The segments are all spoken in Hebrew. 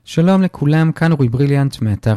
שלום לכולם, כאן אורי בריליאנט מאתר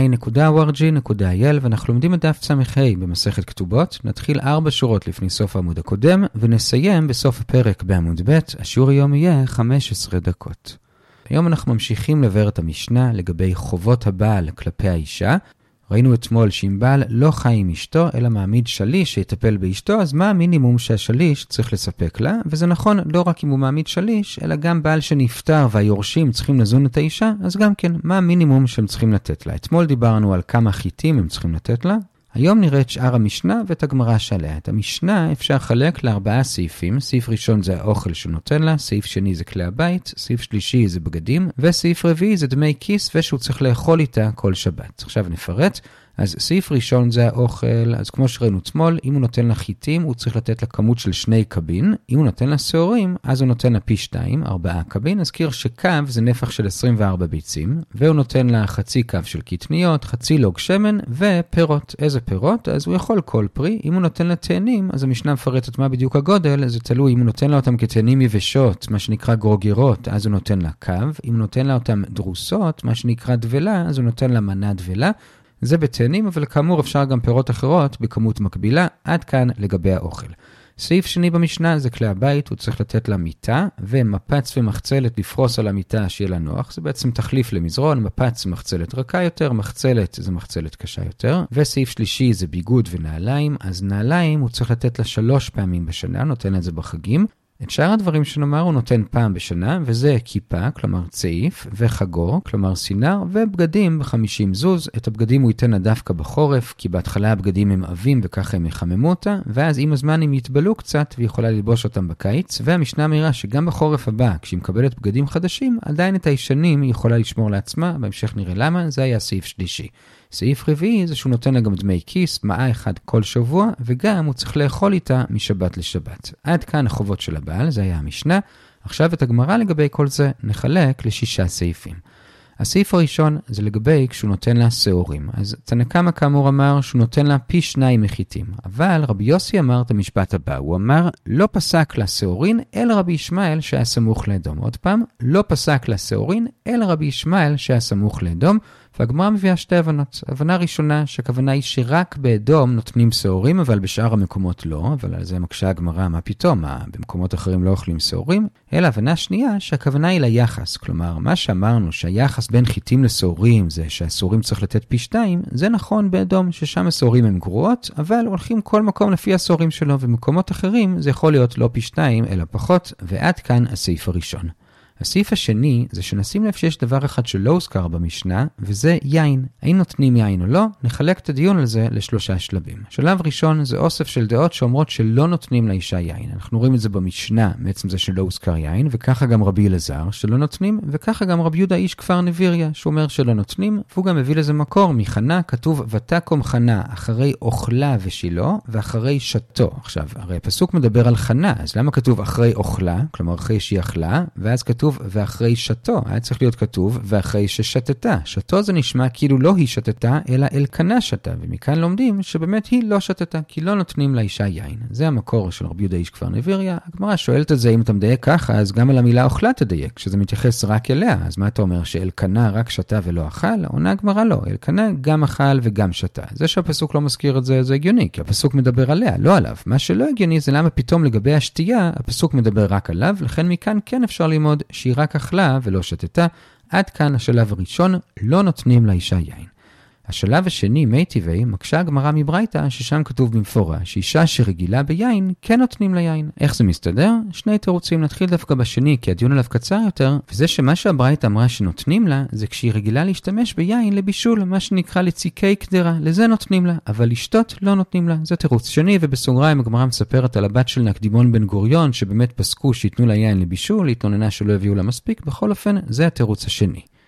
sinai.org.il ואנחנו לומדים את דף סמ"ה במסכת כתובות. נתחיל 4 שורות לפני סוף העמוד הקודם ונסיים בסוף הפרק בעמוד ב'. השיעור היום יהיה 15 דקות. היום אנחנו ממשיכים לבאר את המשנה לגבי חובות הבעל כלפי האישה. ראינו אתמול שאם בעל לא חי עם אשתו, אלא מעמיד שליש שיטפל באשתו, אז מה המינימום שהשליש צריך לספק לה? וזה נכון לא רק אם הוא מעמיד שליש, אלא גם בעל שנפטר והיורשים צריכים לזון את האישה, אז גם כן, מה המינימום שהם צריכים לתת לה? אתמול דיברנו על כמה חיטים הם צריכים לתת לה. היום נראה את שאר המשנה ואת הגמרא שעליה. את המשנה אפשר לחלק ל4 סעיפים. סעיף ראשון זה האוכל שנותן לה, סעיף שני זה כלי הבית, סעיף שלישי זה בגדים, וסעיף רביעי זה דמי כיס ושהוא צריך לאכול איתה כל שבת. עכשיו נפרט. אז סעיף ראשון זה האוכל, אז כמו שראינו אתמול, אם הוא נותן לה חיטים, הוא צריך לתת לה כמות של 2 קבין. אם הוא נותן לה שעורים, אז הוא נותן לה פי 2, 4 קבין. נזכיר שקו זה נפח של 24 ביצים, והוא נותן לה חצי קו של קטניות, חצי לוג שמן ופירות. איזה פירות? אז הוא יכול כל פרי. אם הוא נותן לה תאנים, אז המשנה מפרטת מה בדיוק הגודל, זה תלוי. אם הוא נותן לה אותם כתאנים יבשות, מה שנקרא גרוגרות, אז הוא נותן לה קו. אם הוא נותן לה אותם דרוסות, מה שנקרא דבלה, אז הוא נותן לה מנה דבלה. זה בתאנים, אבל כאמור אפשר גם פירות אחרות בכמות מקבילה. עד כאן לגבי האוכל. סעיף שני במשנה זה כלי הבית, הוא צריך לתת לה מיטה, ומפץ ומחצלת לפרוס על המיטה שיהיה לה נוח. זה בעצם תחליף למזרון, מפץ מחצלת רכה יותר, מחצלת זה מחצלת קשה יותר. וסעיף שלישי זה ביגוד ונעליים, אז נעליים הוא צריך לתת לה 3 פעמים בשנה, נותן את זה בחגים. את שאר הדברים שנאמר הוא נותן פעם בשנה, וזה כיפה, כלומר צעיף, וחגור, כלומר סינר, ובגדים ב50 זוז. את הבגדים הוא ייתן דווקא בחורף, כי בהתחלה הבגדים הם עבים וככה הם יחממו אותה, ואז עם הזמן הם יתבלו קצת ויכולה ללבוש אותם בקיץ. והמשנה מהירה שגם בחורף הבא, כשהיא מקבלת בגדים חדשים, עדיין את הישנים היא יכולה לשמור לעצמה, בהמשך נראה למה, זה היה סעיף שלישי. סעיף רביעי זה שהוא נותן לה גם דמי כיס, מעה 1 כל שבוע, וגם הוא צריך לאכול איתה משבת לשבת. עד כאן החובות של הבעל, זה היה המשנה. עכשיו את הגמרא לגבי כל זה נחלק ל6 סעיפים. הסעיף הראשון זה לגבי כשהוא נותן לה שעורים. אז תנא קמא כאמור אמר שהוא נותן לה פי 2 מחיטים. אבל רבי יוסי אמר את המשפט הבא, הוא אמר לא פסק לה שעורין אל רבי ישמעאל שהיה סמוך לאדום. עוד פעם, לא פסק לה שעורין אל רבי ישמעאל שהיה סמוך לאדום. והגמרא מביאה 2 הבנות. הבנה ראשונה שהכוונה היא שרק באדום נותנים שעורים, אבל בשאר המקומות לא, אבל על זה מקשה הגמרא, מה פתאום, במקומות אחרים לא אוכלים שעורים, אלא הבנה שנייה שהכוונה היא ליחס, כלומר מה שאמרנו שהיחס בין חיטים לשעורים זה שהשעורים צריך לתת פי 2, זה נכון באדום ששם השעורים הם גרועות, אבל הולכים כל מקום לפי השעורים שלו, ומקומות אחרים זה יכול להיות לא פי 2 אלא פחות, ועד כאן הסעיף הראשון. הסעיף השני זה שנשים לב שיש דבר אחד שלא הוזכר במשנה, וזה יין. האם נותנים יין או לא? נחלק את הדיון על זה ל3 שלבים. שלב ראשון זה אוסף של דעות שאומרות שלא נותנים לאישה יין. אנחנו רואים את זה במשנה, בעצם זה שלא הוזכר יין, וככה גם רבי אלעזר שלא נותנים, וככה גם רבי יהודה איש כפר נביריה, שאומר שלא נותנים, והוא גם מביא לזה מקור מחנה, כתוב ותקום חנה אחרי אוכלה ושילה, ואחרי שתו. עכשיו, הרי הפסוק מדבר על חנה, אז למה כתוב אחרי אוכלה, כלומר אחרי שהיא אכלה, ואז כתוב ואחרי שתו, היה צריך להיות כתוב ואחרי ששתתה. שתו זה נשמע כאילו לא היא שתתה, אלא אלקנה שתה, ומכאן לומדים שבאמת היא לא שתתה, כי לא נותנים לאישה יין. זה המקור של רבי יהודה איש כפר נביריה. הגמרא שואלת את זה, אם אתה מדייק ככה, אז גם על המילה אוכלה תדייק, שזה מתייחס רק אליה. אז מה אתה אומר, שאלקנה רק שתה ולא אכל? עונה הגמרא לא, אלקנה גם אכל וגם שתה. זה שהפסוק לא מזכיר את זה, זה הגיוני, כי הפסוק מדבר עליה, לא עליו. מה שלא הגיוני זה למה פתאום לגבי השתייה, הפסוק מדבר רק עליו, לכן מכאן כן אפשר ללמוד שהיא רק אכלה ולא שתתה. עד כאן השלב הראשון, לא נותנים לאישה יין. השלב השני, מי טבעי, מקשה הגמרא מברייתא, ששם כתוב במפורש, שאישה שרגילה ביין, כן נותנים לה יין. איך זה מסתדר? 2 תירוצים. נתחיל דווקא בשני, כי הדיון עליו קצר יותר, וזה שמה שהברייתא אמרה שנותנים לה, זה כשהיא רגילה להשתמש ביין לבישול, מה שנקרא לציקי קדרה, לזה נותנים לה, אבל לשתות לא נותנים לה. זה תירוץ שני, ובסוגריים הגמרא מספרת על הבת של נקדימון בן גוריון, שבאמת פסקו שיתנו לה יין לבישול, התלוננה שלא הביאו לה מספיק. בכל אופן, זה התירוץ השני.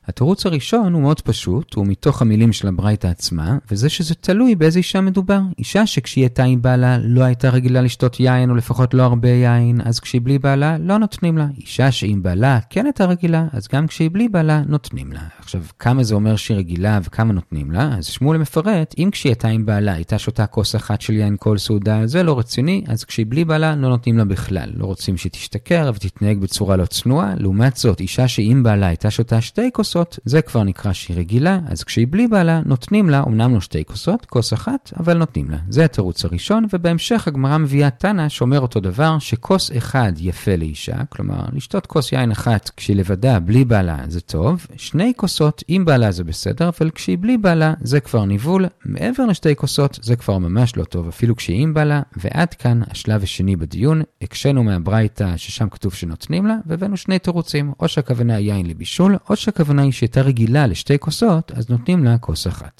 התירוץ הראשון הוא מאוד פשוט, הוא מתוך המילים של הברייתא עצמה, וזה שזה תלוי באיזה אישה מדובר. אישה שכשהיא הייתה עם בעלה לא הייתה רגילה לשתות יין, או לפחות לא הרבה יין, אז כשהיא בלי בעלה לא נותנים לה. אישה שעם בעלה כן הייתה רגילה, אז גם כשהיא בלי בעלה נותנים לה. עכשיו, כמה זה אומר שהיא רגילה וכמה נותנים לה? אז שמואל מפרט, אם כשהיא הייתה עם בעלה הייתה שותה כוס אחת של יין כל סעודה, זה לא רציני, אז כשהיא בלי בעלה לא נותנים לה בכלל. לא רוצים שהיא תשתכר ותתנהג בצורה לא צנועה. לעומת זאת, אישה שעם בעלה הייתה שותה 2 כוסות, זה כבר נקרא שהיא רגילה, אז כשהיא בלי בעלה נותנים לה, אמנם לא 2 כוסות, כוס אחת, אבל נותנים לה. זה התירוץ הראשון, ובהמשך הגמרא מביאה תנא שאומר אותו דבר, שכוס אחד יפה לאישה, כלומר, לשתות כוס יין אחת כשהיא לבדה בלי בעלה זה טוב, 2 כוסות עם בעלה זה בסדר, אבל כשהיא בלי בעלה זה כבר ניבול, מעבר ל2 כוסות זה כבר ממש לא טוב, אפילו כשהיא עם בעלה, ועד כאן השלב השני בדיון, הקשנו מהברייתא ששם כתוב שנותנים לה, והבאנו 2 תירוצים, או שהכוונה יין לבישול, או שהכוונה היא שהייתה רגילה ל2 כוסות, אז נותנים לה כוס אחת.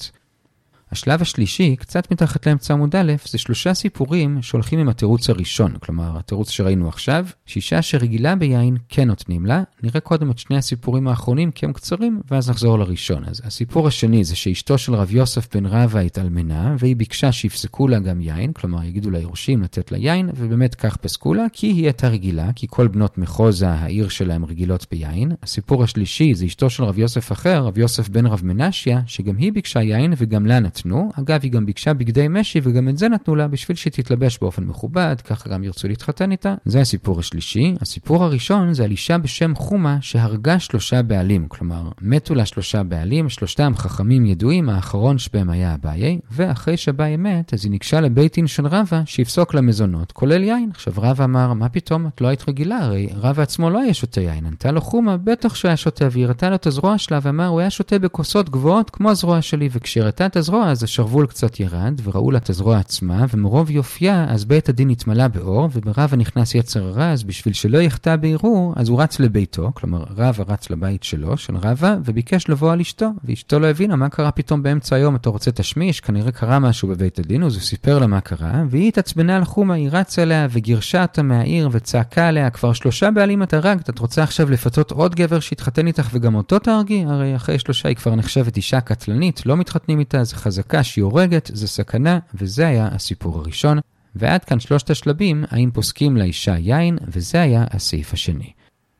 השלב השלישי, קצת מתחת לאמצע עמוד א', זה 3 סיפורים שהולכים עם התירוץ הראשון, כלומר, התירוץ שראינו עכשיו, שאישה שרגילה ביין כן נותנים לה. נראה קודם את 2 הסיפורים האחרונים כי הם קצרים, ואז נחזור לראשון. אז הסיפור השני זה שאשתו של רב יוסף בן רבא התאלמנה, והיא ביקשה שיפסקו לה גם יין, כלומר, יגידו לה יורשים לתת לה יין, ובאמת כך פסקו לה, כי היא הייתה רגילה, כי כל בנות מחוזה העיר שלהם רגילות ביין. הסיפור השלישי זה אשתו של רב יוסף אחר, רב יוסף בן רב מנשיה, שגם היא ביקשה יין וגם לה נתנו. אגב, היא גם ביקשה בגדי משי וגם את זה נתנו לה בשביל שתתלבש באופן מכובד, ככה גם ירצו להתחתן איתה. זה הסיפור השלישי. הסיפור הראשון זה על אישה בשם חומה שהרגה 3 בעלים, כלומר, מתו לה 3 בעלים, 3 חכמים ידועים, האחרון שבהם היה אביי, ואחרי שאביי מת, אז היא ניגשה לבית דין של רבא שיפסוק לה מזונות, כולל יין. עכשיו רבא אמר, מה פתאום? את לא היית רגילה, הרי רבא עצמו לא היה שותה יין. ענתה לו חומה, בטח שהוא היה שותה, והיא הראתה לו את הזרוע שלה ואמר, הוא היה שותה בכוסות גבוהות כמו הזרוע שלי, וכשהראתה את הזרוע, אז השרוול קצת ירד, וראו לה את הזרוע עצמה, ומרוב יופייה, אז בית הדין התמלא באור, וברבא נכנס יצר הרע, אז בשביל שלא יחטא בערעור, אז הוא רץ לביתו, כלומר רבא רץ לבית שלו, של רבא, וביקש לבוא על אשתו, ואשתו לא הבינה מה קרה פתאום באמצע היום, אתה רוצה תשמיש, כנראה קרה משהו בבית הדין, אז הוא סיפר לה מה קרה, והיא התעצבנה על חומה, היא רצה אליה, וגירשה אותה מהעיר, וצעקה עליה, כבר 3 בעלים את הרגת, את רוצה עכשיו לפתות עוד גבר שיתחתן איתך וגם אותו תהרגי? הרי אחרי 3 היא כבר נחשבת אישה קטלנית, לא מתחתנים איתה, זה חזקה שהיא הורגת, זה סכנה, וזה היה הסיפור הראשון. ועד כאן 3 השלבים, האם פוסקים לאישה יין, וזה היה הסעיף השני.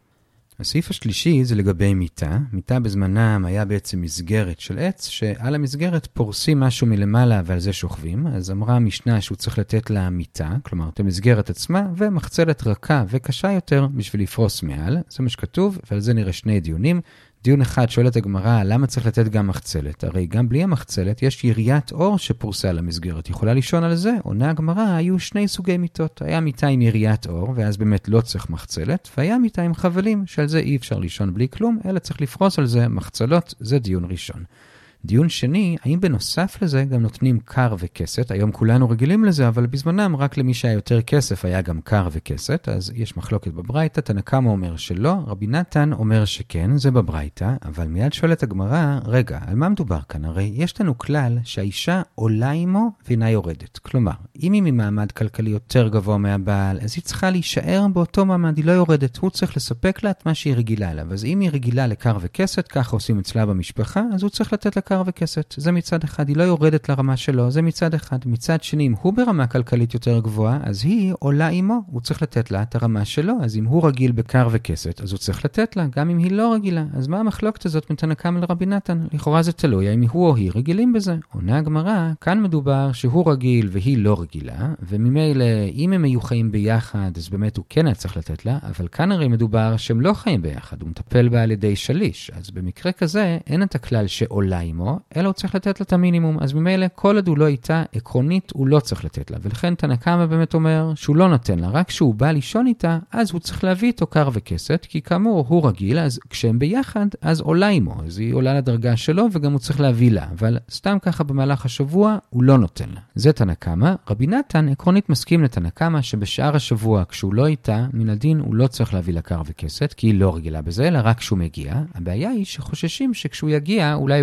הסעיף השלישי זה לגבי מיטה. מיטה בזמנם היה בעצם מסגרת של עץ, שעל המסגרת פורסים משהו מלמעלה ועל זה שוכבים. אז אמרה המשנה שהוא צריך לתת לה מיטה, כלומר את המסגרת עצמה, ומחצלת רכה וקשה יותר בשביל לפרוס מעל. זה מה שכתוב, ועל זה נראה 2 דיונים. דיון אחד שואלת הגמרא, למה צריך לתת גם מחצלת? הרי גם בלי המחצלת יש יריית אור שפורסה על המסגרת. יכולה לישון על זה? עונה הגמרא, היו 2 סוגי מיטות. היה מיטה עם יריית אור, ואז באמת לא צריך מחצלת, והיה מיטה עם חבלים, שעל זה אי אפשר לישון בלי כלום, אלא צריך לפרוס על זה מחצלות. זה דיון ראשון. דיון שני, האם בנוסף לזה גם נותנים קר וכסת? היום כולנו רגילים לזה, אבל בזמנם רק למי שהיה יותר כסף היה גם קר וכסת, אז יש מחלוקת בברייתא. תנא קמא אומר שלא, רבי נתן אומר שכן, זה בברייתא, אבל מיד שואלת הגמרא, רגע, על מה מדובר כאן? הרי יש לנו כלל שהאישה עולה עמו ואינה יורדת. כלומר, אם היא ממעמד כלכלי יותר גבוה מהבעל, אז היא צריכה להישאר באותו מעמד, היא לא יורדת, הוא צריך לספק לה את מה שהיא רגילה לה. אז אם היא רגילה לקר וכסת, ככה עושים אצלה במשפחה, אז הוא צריך לתת לה קר וכסת. זה מצד אחד, היא לא יורדת לרמה שלו, זה מצד אחד. מצד שני, אם הוא ברמה כלכלית יותר גבוהה, אז היא עולה עמו, הוא צריך לתת לה את הרמה שלו. אז אם הוא רגיל בקר וכסת, אז הוא צריך לתת לה, גם אם היא לא רגילה. אז מה המחלוקת הזאת מתנא קמא לרבי נתן? לכאורה זה תלוי, האם הוא או היא רגילים בזה. עונה הגמרא, כאן מדובר שהוא רגיל והיא לא רגילה, וממילא אם הם היו חיים ביחד, אז באמת הוא כן היה צריך לתת לה, אבל כאן הרי מדובר שהם לא חיים ביחד, הוא מטפל בה על ידי שליש. אז במקרה כזה, אין את הכלל שעולה עמו, אלא הוא צריך לתת לה את המינימום. אז ממילא כל עוד הוא לא איתה, עקרונית הוא לא צריך לתת לה. ולכן תנא קמא באמת אומר שהוא לא נותן לה, רק כשהוא בא לישון איתה, אז הוא צריך להביא איתו קר וכסת, כי כאמור הוא רגיל, אז כשהם ביחד, אז עולה עמו. אז היא עולה לדרגה שלו וגם הוא צריך להביא לה. אבל סתם ככה במהלך השבוע הוא לא נותן לה. זה תנא קמא. רבי נתן עקרונית מסכים לתנא קמא שבשאר השבוע כשהוא לא איתה, מן הדין הוא לא צריך להביא לה קר וכסת, כי היא לא רגילה בזה, אלא רק כשהוא מגיע. הבעיה היא שחוששים שכשהוא יגיע, אולי הוא יגיע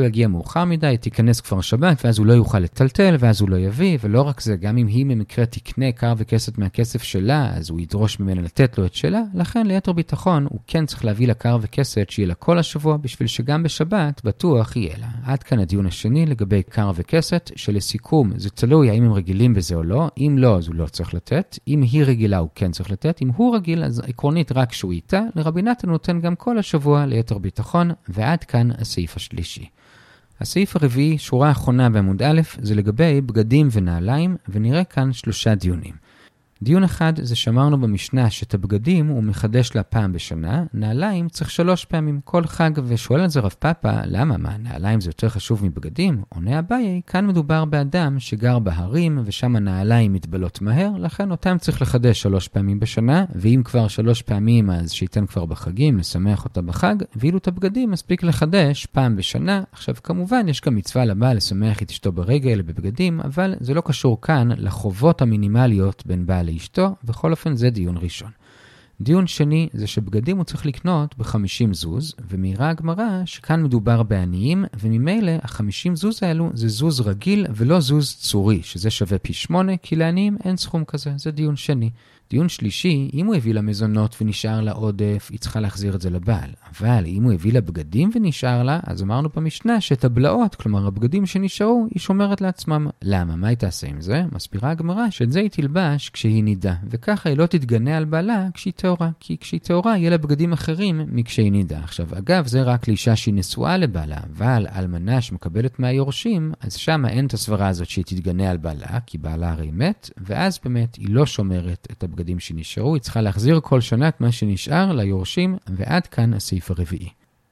מאוחר מדי, תיכנס כבר שבת, ואז הוא לא יוכל לטלטל, ואז הוא לא יביא, ולא רק זה, גם אם היא במקרה תקנה קר וכסת מהכסף שלה, אז הוא ידרוש ממנה לתת לו את שלה, לכן ליתר ביטחון הוא כן צריך להביא לה קר וכסת שיהיה לה כל השבוע, בשביל שגם בשבת בטוח יהיה לה. עד כאן הדיון השני לגבי קר וכסת, שלסיכום זה תלוי האם הם רגילים בזה או לא, אם לא אז הוא לא צריך לתת, אם היא רגילה הוא כן צריך לתת, אם הוא רגיל אז עקרונית רק שהוא איתה, לרבי נתן נותן גם כל השבוע ליתר ביטחון, ועד כאן הסעיף השלישי. הסעיף הרביעי, שורה האחרונה בעמוד א', זה לגבי בגדים ונעליים, ונראה כאן 3 דיונים. דיון אחד זה שאמרנו במשנה שאת הבגדים הוא מחדש לה פעם בשנה, נעליים צריך 3 פעמים כל חג, ושואל על זה רב פאפה, למה? מה, נעליים זה יותר חשוב מבגדים? עונה אביי, כאן מדובר באדם שגר בהרים, ושם הנעליים מתבלות מהר, לכן אותם צריך לחדש 3 פעמים בשנה, ואם כבר 3 פעמים אז שייתן כבר בחגים, לשמח אותה בחג, ואילו את הבגדים מספיק לחדש פעם בשנה. עכשיו כמובן יש גם מצווה לבעל לשמח את אשתו ברגל בבגדים, אבל זה לא קשור כאן לחובות המינימליות בין בעל לאשתו, בכל אופן זה דיון ראשון. דיון שני זה שבגדים הוא צריך לקנות ב-50 זוז, ומהירה הגמרא שכאן מדובר בעניים, וממילא ה-50 זוז האלו זה זוז רגיל ולא זוז צורי, שזה שווה פי 8, כי לעניים אין סכום כזה, זה דיון שני. דיון שלישי, אם הוא הביא לה מזונות ונשאר לה עודף, היא צריכה להחזיר את זה לבעל. אבל אם הוא הביא לה בגדים ונשאר לה, אז אמרנו במשנה שאת הבלעות, כלומר הבגדים שנשארו, היא שומרת לעצמם. למה? מה היא תעשה עם זה? מסבירה הגמרא שאת זה היא תלבש כשהיא נידה, וככה היא לא תתגנה על בעלה כשהיא טהורה, כי כשהיא טהורה יהיה לה בגדים אחרים מכשהיא נידה. עכשיו, אגב, זה רק לאישה שהיא נשואה לבעלה, אבל אלמנה שמקבלת מהיורשים, אז שמה אין את הסברה הזאת שהיא תתגנה על בעלה, כי בעלה הרי מת, ואז באמת היא לא שומרת את הבגדים שנשארו, היא צריכה להחזיר כל שנה את מה שנשאר ליורשים, ועד כאן הסעיף הרביעי.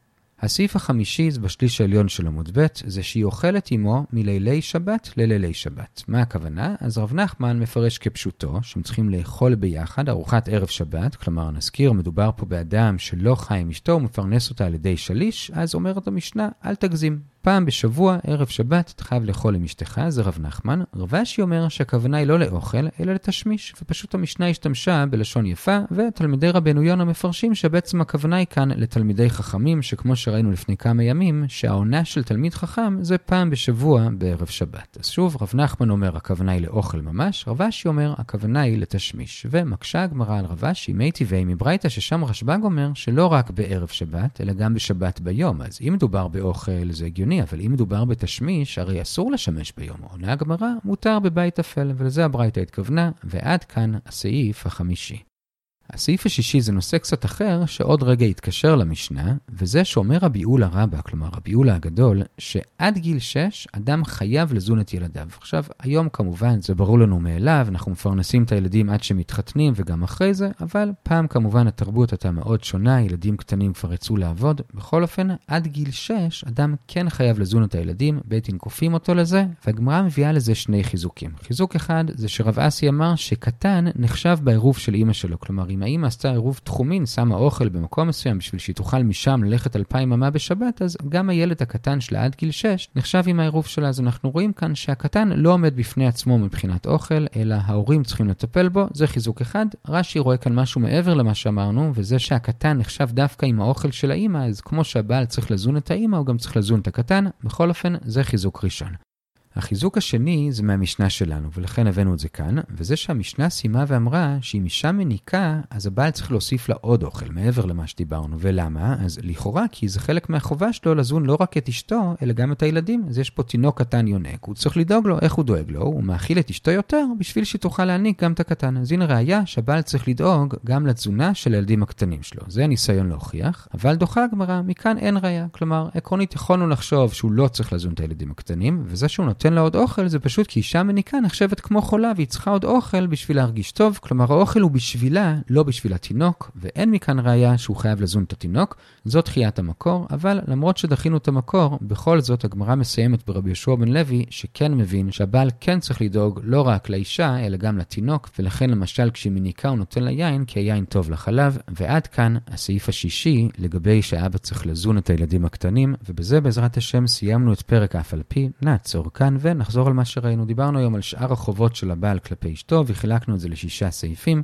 הסעיף החמישי זה בשליש העליון של עמוד ב', זה שהיא אוכלת עמו מלילי שבת ללילי שבת. מה הכוונה? אז רב נחמן מפרש כפשוטו, שהם צריכים לאכול ביחד ארוחת ערב שבת, כלומר נזכיר, מדובר פה באדם שלא חי עם אשתו, הוא מפרנס אותה על ידי שליש, אז אומרת המשנה, אל תגזים. פעם בשבוע, ערב שבת, אתה חייב לאכול עם אשתך, זה רב נחמן. רב אשי אומר שהכוונה היא לא לאוכל, אלא לתשמיש, ופשוט המשנה השתמשה בלשון יפה, ותלמידי רבנו יונה מפרשים שבעצם הכוונה היא כאן לתלמידי חכמים, שכמו שראינו לפני כמה ימים, שהעונה של תלמיד חכם זה פעם בשבוע בערב שבת. אז שוב, רב נחמן אומר, הכוונה היא לאוכל ממש, רב אשי אומר, הכוונה היא לתשמיש. ומקשה הגמרא על רב אשי, מי טבעי מברייתא, ששם רשב"ג אומר שלא רק בערב שבת, אלא גם בשבת ביום. אז אם מדובר באוכל, זה הגיוני. אבל אם מדובר בתשמיש, הרי אסור לשמש ביום. עונה הגמרא, מותר בבית אפל, ולזה הברייתא התכוונה, ועד כאן הסעיף החמישי. הסעיף השישי זה נושא קצת אחר, שעוד רגע יתקשר למשנה, וזה שאומר רבי אולה רבא, כלומר רבי אולה הגדול, שעד גיל 6 אדם חייב לזון את ילדיו. עכשיו, היום כמובן זה ברור לנו מאליו, אנחנו מפרנסים את הילדים עד שמתחתנים וגם אחרי זה, אבל פעם כמובן התרבות הייתה מאוד שונה, ילדים קטנים כבר יצאו לעבוד. בכל אופן, עד גיל 6 אדם כן חייב לזון את הילדים, בית כופים אותו לזה, והגמרא מביאה לזה 2 חיזוקים. חיזוק אחד זה שרב אסי אמר שקטן נחשב בעירוב של אמא שלו, כלומר אם האמא עשתה עירוב תחומין, שמה אוכל במקום מסוים בשביל שהיא תוכל משם ללכת 2000 אמה בשבת, אז גם הילד הקטן שלה עד גיל 6 נחשב עם העירוב שלה. אז אנחנו רואים כאן שהקטן לא עומד בפני עצמו מבחינת אוכל, אלא ההורים צריכים לטפל בו. זה חיזוק אחד. רש"י רואה כאן משהו מעבר למה שאמרנו, וזה שהקטן נחשב דווקא עם האוכל של האמא, אז כמו שהבעל צריך לזון את האמא, הוא גם צריך לזון את הקטן. בכל אופן, זה חיזוק ראשון. החיזוק השני זה מהמשנה שלנו, ולכן הבאנו את זה כאן, וזה שהמשנה סיימה ואמרה שאם אישה מניקה, אז הבעל צריך להוסיף לה עוד אוכל, מעבר למה שדיברנו. ולמה? אז לכאורה, כי זה חלק מהחובה שלו לזון לא רק את אשתו, אלא גם את הילדים. אז יש פה תינוק קטן יונק, הוא צריך לדאוג לו. איך הוא דואג לו? הוא מאכיל את אשתו יותר, בשביל שתוכל להניק גם את הקטן. אז הנה ראיה שהבעל צריך לדאוג גם לתזונה של הילדים הקטנים שלו. זה הניסיון להוכיח, אבל דוחה הגמרא, מכאן אין ראיה. כלומר, עקרונית יכולנו לחשוב שהוא לא צריך לזון את הילדים הקטנים, וזה שהוא נותן לה עוד אוכל, זה פשוט כי אישה מניקה נחשבת כמו חולה, והיא צריכה עוד אוכל בשביל להרגיש טוב. כלומר, האוכל הוא בשבילה, לא בשביל התינוק, ואין מכאן ראיה שהוא חייב לזון את התינוק. זאת דחיית המקור, אבל למרות שדחינו את המקור, בכל זאת הגמרא מסיימת ברבי יהושע בן לוי, שכן מבין שהבעל כן צריך לדאוג לא רק לאישה, אלא גם לתינוק, ולכן למשל כשהיא מניקה הוא נותן לה יין, כי היין טוב לחלב. ועד כאן הסעיף השישי, לגבי שהאבא צריך לזון את הילדים הקטנים, ובזה בעזרת השם סיימנו את פרק אף על פי. נעצור כאן ונחזור על מה שראינו. דיברנו היום על שאר החובות של הבעל כלפי אשתו, וחילקנו את זה ל6 סעיפים.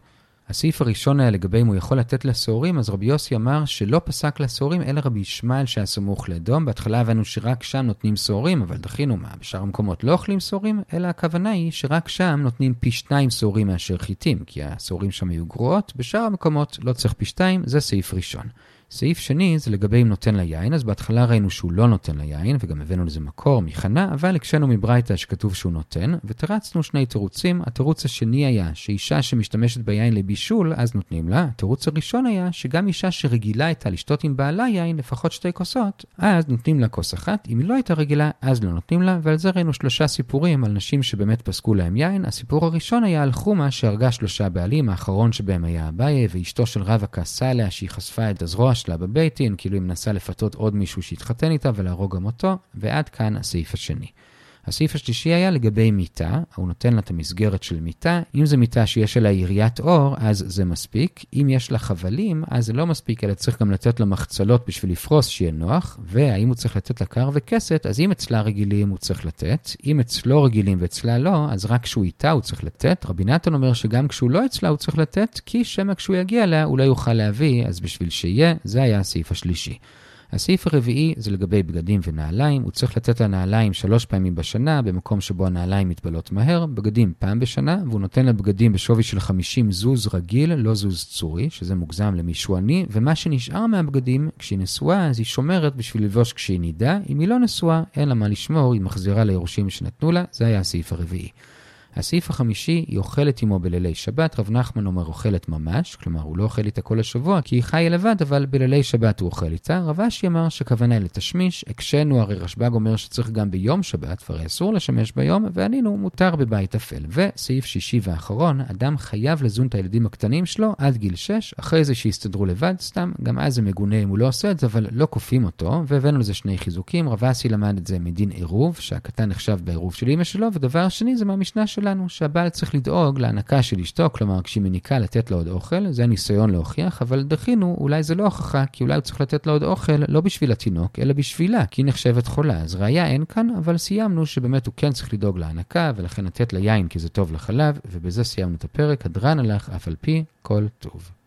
הסעיף הראשון היה לגבי אם הוא יכול לתת לסוהרים, אז רבי יוסי אמר שלא פסק לסוהרים, אלא רבי ישמעאל שהיה סמוך לאדום. בהתחלה הבנו שרק שם נותנים סוהרים, אבל דחינו מה, בשאר המקומות לא אוכלים סוהרים, אלא הכוונה היא שרק שם נותנים פי 2 סוהרים מאשר חיטים, כי הסוהרים שם היו גרועות, בשאר המקומות לא צריך פי 2, זה סעיף ראשון. סעיף שני זה לגבי אם נותן ליין, אז בהתחלה ראינו שהוא לא נותן ליין, וגם הבאנו לזה מקור מחנה, אבל הקשנו מברייתא שכתוב שהוא נותן, ותרצנו שני תירוצים. התירוץ השני היה שאישה שמשתמשת ביין לבישול, אז נותנים לה. התירוץ הראשון היה שגם אישה שרגילה הייתה לשתות עם בעלה יין, לפחות 2 כוסות, אז נותנים לה כוס אחת. אם היא לא הייתה רגילה, אז לא נותנים לה, ועל זה ראינו 3 סיפורים על נשים שבאמת פסקו להם יין. הסיפור הראשון היה על חומה שהרגה 3 בעלים, האחרון שבהם היה אביי, ואשתו של רבא כעסה עליה שהיא חשפה את הזרוע שלה בביתין, כאילו היא מנסה לפתות עוד מישהו שהתחתן איתה ולהרוג גם אותו, ועד כאן הסעיף השני. הסעיף השלישי היה לגבי מיטה, הוא נותן לה את המסגרת של מיטה. אם זה מיטה שיש לה יריית אור, אז זה מספיק. אם יש לה חבלים, אז זה לא מספיק, אלא צריך גם לתת לה מחצלות בשביל לפרוס שיהיה נוח. והאם הוא צריך לתת לה קר וכסת, אז אם אצלה רגילים הוא צריך לתת. אם אצלו רגילים ואצלה לא, אז רק כשהוא איתה הוא צריך לתת. רבי נתן אומר שגם כשהוא לא אצלה הוא צריך לתת, כי שמא כשהוא יגיע לה הוא לא יוכל להביא, אז בשביל שיהיה, זה היה הסעיף השלישי. הסעיף הרביעי זה לגבי בגדים ונעליים. הוא צריך לתת לנעליים 3 פעמים בשנה, במקום שבו הנעליים מתבלות מהר, בגדים פעם בשנה, והוא נותן לבגדים בשווי של 50 זוז רגיל, לא זוז צורי, שזה מוגזם למישהו עני, ומה שנשאר מהבגדים, כשהיא נשואה, אז היא שומרת בשביל לבוש כשהיא נידה. אם היא לא נשואה, אין לה מה לשמור, היא מחזירה ליורשים שנתנו לה. זה היה הסעיף הרביעי. הסעיף החמישי, היא אוכלת עמו בלילי שבת. רב נחמן אומר אוכלת ממש, כלומר הוא לא אוכל איתה כל השבוע כי היא חיה לבד, אבל בלילי שבת הוא אוכל איתה. רב אשי אמר שכוונה היא לתשמיש, הקשנו, הרי רשב"ג אומר שצריך גם ביום שבת, והרי אסור לשמש ביום, וענינו מותר בבית אפל. וסעיף שישי ואחרון, אדם חייב לזון את הילדים הקטנים שלו עד גיל 6, אחרי זה שיסתדרו לבד סתם, גם אז זה מגונה אם הוא לא עושה את זה, אבל לא כופים אותו, והבאנו לזה 2 חיזוקים. רב אשי למד את זה מדין עירוב, שהקטן נחשב בעירוב של אמא שלו, ודבר שני זה מהמשנה שלנו, שהבעל צריך לדאוג להנקה של אשתו, כלומר כשהיא מניקה לתת לו עוד אוכל. זה ניסיון להוכיח, אבל דחינו, אולי זה לא הוכחה, כי אולי הוא צריך לתת לו עוד אוכל לא בשביל התינוק, אלא בשבילה, כי היא נחשבת חולה. אז ראיה אין כאן, אבל סיימנו שבאמת הוא כן צריך לדאוג להנקה, ולכן לתת ליין כי זה טוב לחלב, ובזה סיימנו את הפרק. הדרן הלך אף על פי כל טוב.